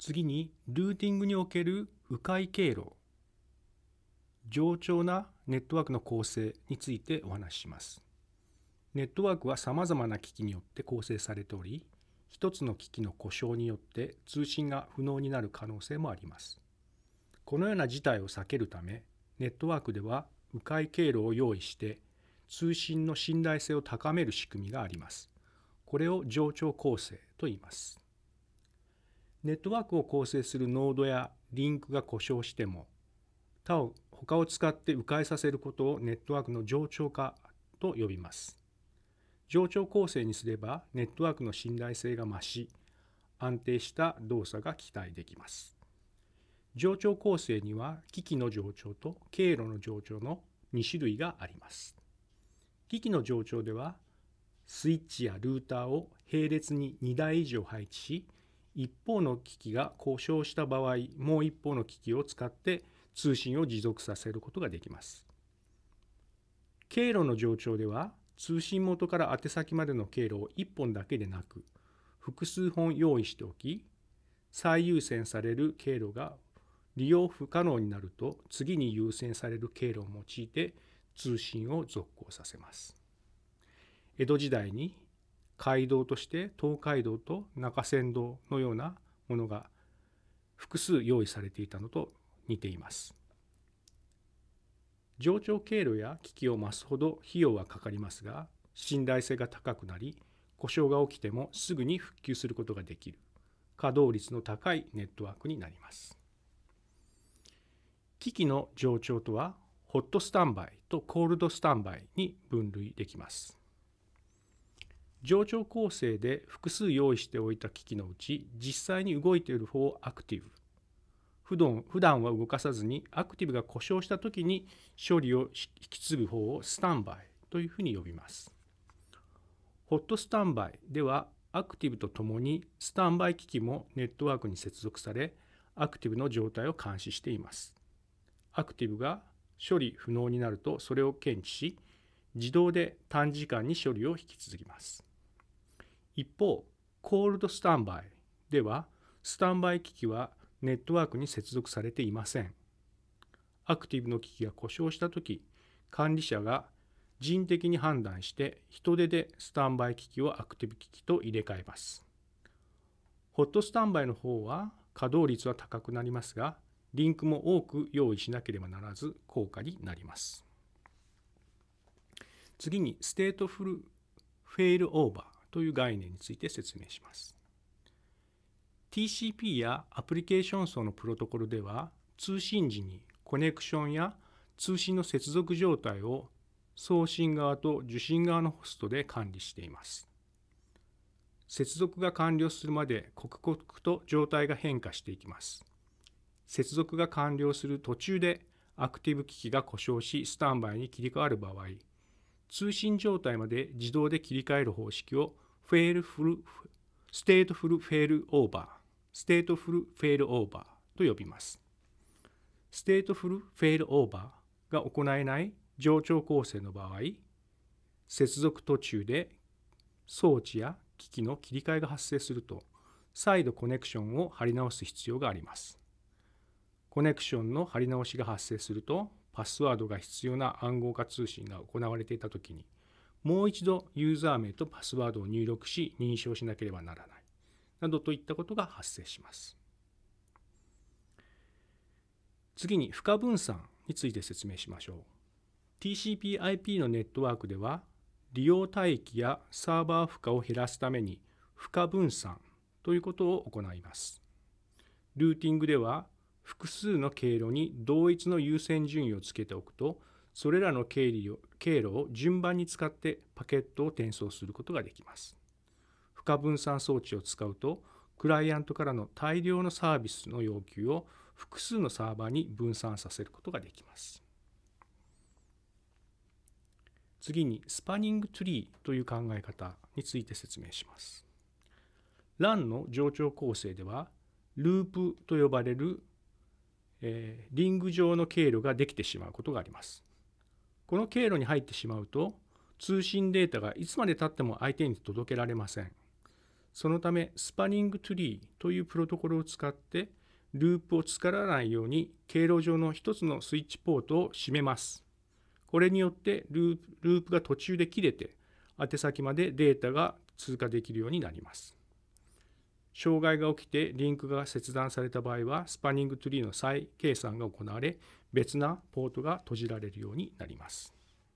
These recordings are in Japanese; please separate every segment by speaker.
Speaker 1: 次に、ルーティングにおける迂回経路、冗長なネットワークの構成についてお話しします。ネットワークはさまざまな機器によって構成されており、一つの機器の故障によって通信が不能になる可能性もあります。このような事態を避けるため、ネットワークでは迂回経路を用意して、通信の信頼性を高める仕組みがあります。これを冗長構成と言います。ネットワークを構成するノードやリンクが故障しても、他を使って迂回させることをネットワークの冗長化と呼びます。冗長構成にすればネットワークの信頼性が増し、安定した動作が期待できます。冗長構成には機器の冗長と経路の冗長の2種類があります。機器の冗長では、スイッチやルーターを並列に2台以上配置し、一方の機器が故障した場合、もう一方の機器を使って通信を持続させることができます。経路の冗長では、通信元から宛先までの経路を1本だけでなく、複数本用意しておき、最優先される経路が利用不可能になると、次に優先される経路を用いて通信を続行させます。江戸時代に街道として東海道と中山道のようなものが複数用意されていたのと似ています。冗長経路や機器を増すほど費用はかかりますが、信頼性が高くなり、故障が起きてもすぐに復旧することができる、稼働率の高いネットワークになります。機器の冗長とは、ホットスタンバイとコールドスタンバイに分類できます。冗長構成で複数用意しておいた機器のうち、実際に動いている方をアクティブ。普段は動かさずにアクティブが故障したときに処理を引き継ぐ方をスタンバイというふうに呼びます。ホットスタンバイではアクティブとともにスタンバイ機器もネットワークに接続され、アクティブの状態を監視しています。アクティブが処理不能になるとそれを検知し、自動で短時間に処理を引き続きます。一方、コールドスタンバイでは、スタンバイ機器はネットワークに接続されていません。アクティブの機器が故障したとき、管理者が人的に判断して人手でスタンバイ機器をアクティブ機器と入れ替えます。ホットスタンバイの方は稼働率は高くなりますが、リンクも多く用意しなければならず高価になります。次にステートフルフェイルオーバーという概念について説明します。TCP やアプリケーション層のプロトコルでは、通信時にコネクションや通信の接続状態を送信側と受信側のホストで管理しています。接続が完了するまで刻々と状態が変化していきます。接続が完了する途中でアクティブ機器が故障しスタンバイに切り替わる場合、通信状態まで自動で切り替える方式をステートフルフェイルオーバーと呼びます。ステートフルフェイルオーバーが行えない冗長構成の場合、接続途中で装置や機器の切り替えが発生すると、再度コネクションを貼り直す必要があります。コネクションの貼り直しが発生すると、パスワードが必要な暗号化通信が行われていたときに、もう一度ユーザー名とパスワードを入力し認証しなければならない、などといったことが発生します。次に負荷分散について説明しましょう。TCP/IP のネットワークでは、利用帯域やサーバー負荷を減らすために負荷分散ということを行います。ルーティングでは、複数の経路に同一の優先順位をつけておくと、それらの経路を順番に使ってパケットを転送することができます。負荷分散装置を使うと、クライアントからの大量のサービスの要求を複数のサーバーに分散させることができます。次にスパニングツリーという考え方について説明します。LAN の冗長構成では、ループと呼ばれるリング上の経路ができてしまうことがあります。この経路に入ってしまうと、通信データがいつまでたっても相手に届けられません。 そのため、スパニングトゥリーというプロトコルを使って、ループを作らないように経路上の一つのスイッチポートを閉めます。これによってループが途中で切れて、宛先までデータが通過できるようになります。障害が起きてリンクが切断された場合は、スパニングトゥリーの再計算が行われ、別なポートが閉じられるようになります。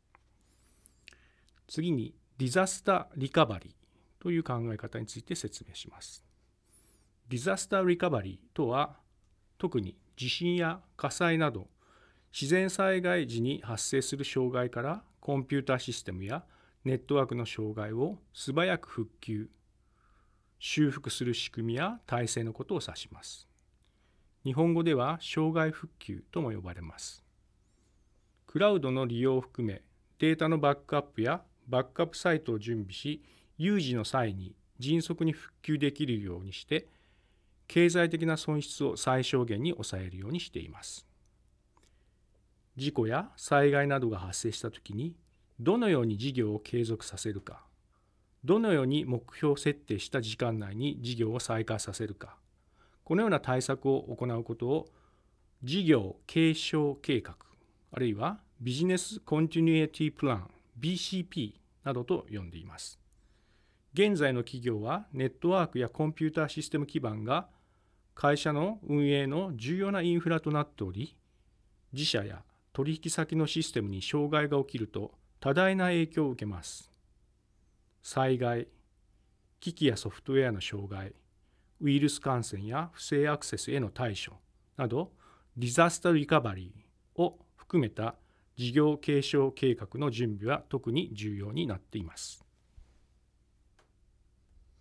Speaker 1: 次に、ディザスターリカバリーという考え方について説明します。ディザスターリカバリーとは、特に地震や火災など、自然災害時に発生する障害からコンピュータシステムやネットワークの障害を素早く復旧、修復する仕組みや体制のことを指します。日本語では障害復旧とも呼ばれます。クラウドの利用を含め、データのバックアップやバックアップサイトを準備し、有事の際に迅速に復旧できるようにして、経済的な損失を最小限に抑えるようにしています。事故や災害などが発生したときに、どのように事業を継続させるか、どのように目標設定した時間内に事業を再開させるか、このような対策を行うことを事業継承計画、あるいはビジネスコンティニュエティプラン BCP などと呼んでいます。現在の企業はネットワークやコンピューターシステム基盤が会社の運営の重要なインフラとなっており、自社や取引先のシステムに障害が起きると多大な影響を受けます。災害、機器やソフトウェアの障害、ウイルス感染や不正アクセスへの対処など、ディザスタリカバリーを含めた事業継承計画の準備は特に重要になっています。